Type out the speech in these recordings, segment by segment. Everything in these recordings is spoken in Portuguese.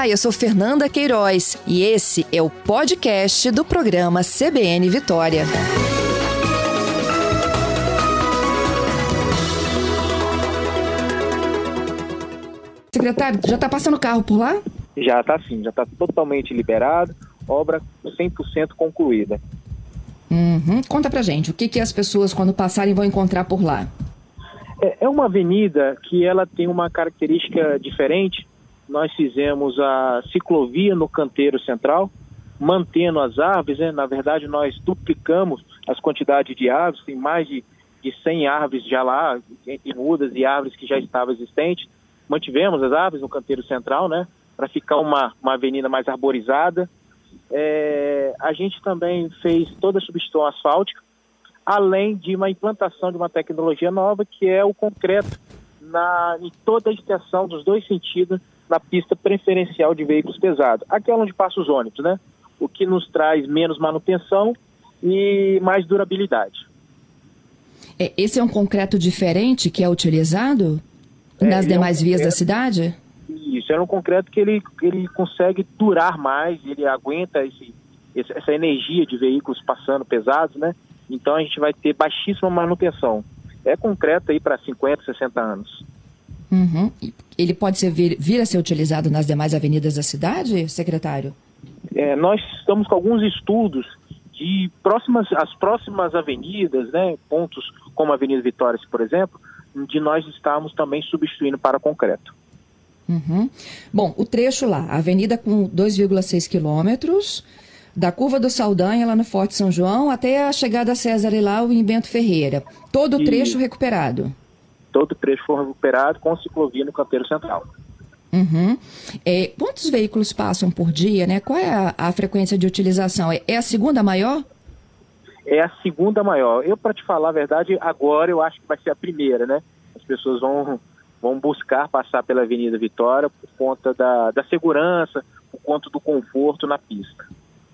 Olá, eu sou Fernanda Queiroz e esse é o podcast do programa CBN Vitória. Secretário, já está passando carro por lá? Já está sim, já está totalmente liberado, obra 100% concluída. Conta pra gente, o que as pessoas quando passarem vão encontrar por lá? É uma avenida que ela tem uma característica diferente. Nós fizemos a ciclovia no canteiro central, mantendo as árvores, né? Na verdade, nós duplicamos as quantidades de árvores, tem mais de 100 árvores já lá, entre mudas e árvores que já estavam existentes. Mantivemos as árvores no canteiro central, né? Para ficar uma avenida mais arborizada. A gente também fez toda a substituição asfáltica, além de uma implantação de uma tecnologia nova, que é o concreto em toda a extensão dos dois sentidos na pista preferencial de veículos pesados. Aquela onde passam os ônibus, né? O que nos traz menos manutenção e mais durabilidade. Esse é um concreto diferente que é utilizado nas demais vias da cidade? Isso, é um concreto que ele consegue durar mais, ele aguenta essa energia de veículos passando pesados, né? Então a gente vai ter baixíssima manutenção. É concreto aí para 50, 60 anos. Ele pode vir a ser utilizado nas demais avenidas da cidade, secretário? Nós estamos com alguns estudos de as próximas avenidas, né? Pontos como a Avenida Vitória, por exemplo, de nós estamos também substituindo para concreto. Bom, o trecho lá, a avenida com 2,6 quilômetros, da Curva do Saldanha, lá no Forte São João, até a chegada a César Ilau em Bento Ferreira. Todo o trecho recuperado? Todo o trecho foi recuperado com ciclovia no canteiro central. Quantos veículos passam por dia, né? Qual é a frequência de utilização? É a segunda maior? É a segunda maior. Para te falar a verdade, agora eu acho que vai ser a primeira, né? As pessoas vão buscar passar pela Avenida Vitória por conta da segurança, por conta do conforto na pista.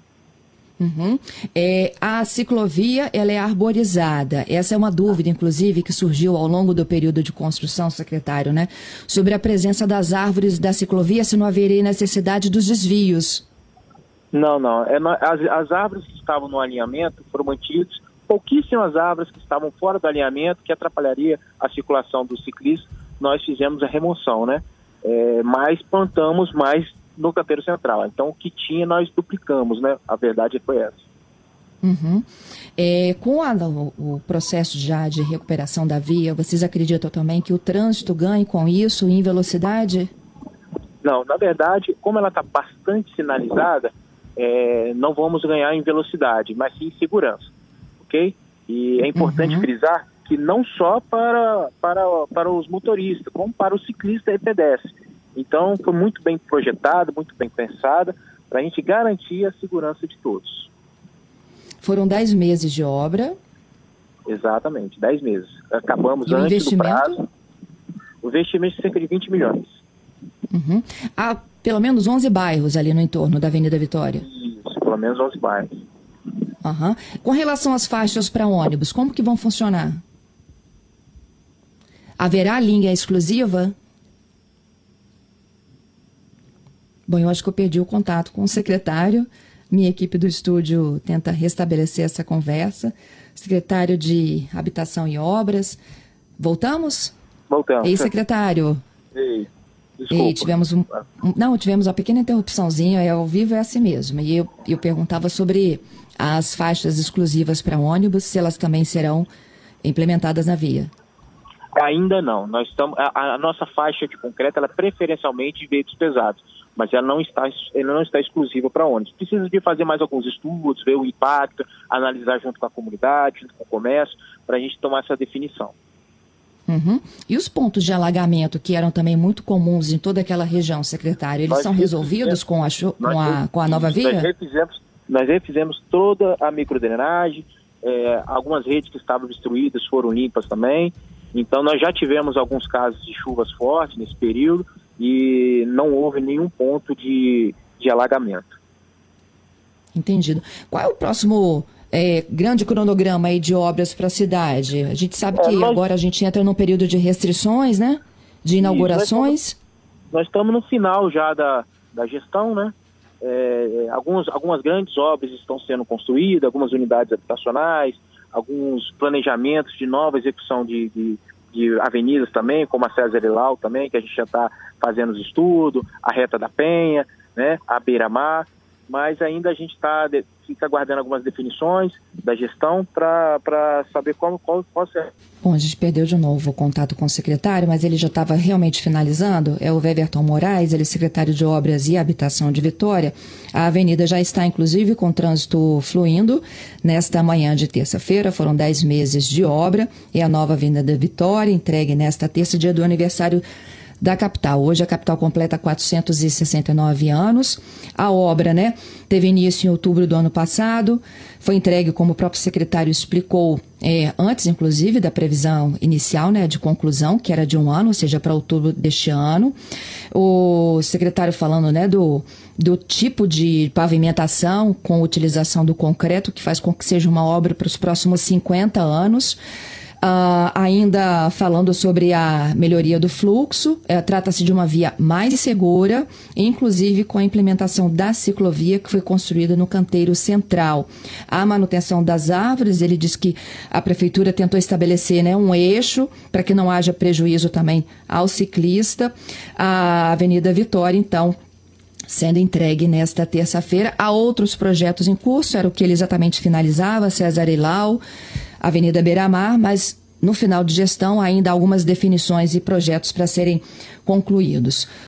A ciclovia, ela é arborizada. Essa é uma dúvida, inclusive, que surgiu ao longo do período de construção, secretário, né? Sobre a presença das árvores da ciclovia, se não haveria necessidade dos desvios. Não. As árvores que estavam no alinhamento foram mantidas. Pouquíssimas árvores que estavam fora do alinhamento, que atrapalharia a circulação dos ciclistas, nós fizemos a remoção, né? Mas plantamos mais no canteiro central. Então, o que tinha, nós duplicamos, né? A verdade foi essa. Com o processo já de recuperação da via, vocês acreditam também que o trânsito ganhe com isso em velocidade? Não, na verdade, como ela está bastante sinalizada, não vamos ganhar em velocidade, mas sim em segurança, ok? E é importante frisar que não só para os motoristas, como para o ciclista e pedestre. Então, foi muito bem projetado, muito bem pensado, para a gente garantir a segurança de todos. Foram 10 meses de obra. Exatamente, 10 meses. Acabamos antes do prazo. O investimento é cerca de 20 milhões. Há pelo menos 11 bairros ali no entorno da Avenida Vitória. Isso, pelo menos 11 bairros. Com relação às faixas para ônibus, como que vão funcionar? Haverá linha exclusiva? Bom, eu acho que eu perdi o contato com o secretário. Minha equipe do estúdio tenta restabelecer essa conversa. Secretário de Habitação e Obras. Voltamos? Voltamos. Ei, secretário. Ei, desculpa. Tivemos tivemos uma pequena interrupçãozinha, ao vivo é assim mesmo. E eu perguntava sobre as faixas exclusivas para ônibus, se elas também serão implementadas na via. Ainda não. A nossa faixa de concreto ela é preferencialmente de veículos pesados, mas ela não está exclusiva para ônibus. Precisa de fazer mais alguns estudos, ver o impacto, analisar junto com a comunidade, junto com o comércio, para a gente tomar essa definição. E os pontos de alagamento, que eram também muito comuns em toda aquela região, secretário, eles são resolvidos com a nova via? Nós refizemos toda a microdrenagem, algumas redes que estavam destruídas foram limpas também. Então, nós já tivemos alguns casos de chuvas fortes nesse período e não houve nenhum ponto de alagamento. Entendido. Qual é o próximo grande cronograma aí de obras para a cidade? A gente sabe que agora a gente entra num período de restrições, né? De inaugurações. Nós estamos no final já da da gestão, né? Algumas grandes obras estão sendo construídas, algumas unidades habitacionais, alguns planejamentos de nova execução de avenidas também, como a César Ilau também, que a gente já está fazendo os estudos, a Reta da Penha, né, a Beira-Mar, mas ainda a gente fica aguardando algumas definições da gestão para saber qual será. Bom, a gente perdeu de novo o contato com o secretário, mas ele já estava realmente finalizando. É o Weverton Moraes, ele é secretário de Obras e Habitação de Vitória. A avenida já está, inclusive, com trânsito fluindo. Nesta manhã de terça-feira, foram 10 meses de obra. É a nova Avenida Vitória, entregue nesta terça, dia do aniversário da capital. Hoje a capital completa 469 anos. A obra, né, teve início em outubro do ano passado, foi entregue, como o próprio secretário explicou, antes, inclusive, da previsão inicial, né, de conclusão, que era de 1 ano, ou seja, para outubro deste ano. O secretário falando, né, do tipo de pavimentação com utilização do concreto, que faz com que seja uma obra para os próximos 50 anos. Ainda falando sobre a melhoria do fluxo, trata-se de uma via mais segura, inclusive com a implementação da ciclovia que foi construída no canteiro central. A manutenção das árvores, ele diz que a prefeitura tentou estabelecer, né, um eixo para que não haja prejuízo também ao ciclista. A Avenida Vitória, então, sendo entregue nesta terça-feira. Há outros projetos em curso, era o que ele exatamente finalizava, César Ilau, Avenida Beira-Mar, mas no final de gestão ainda há algumas definições e projetos para serem concluídos.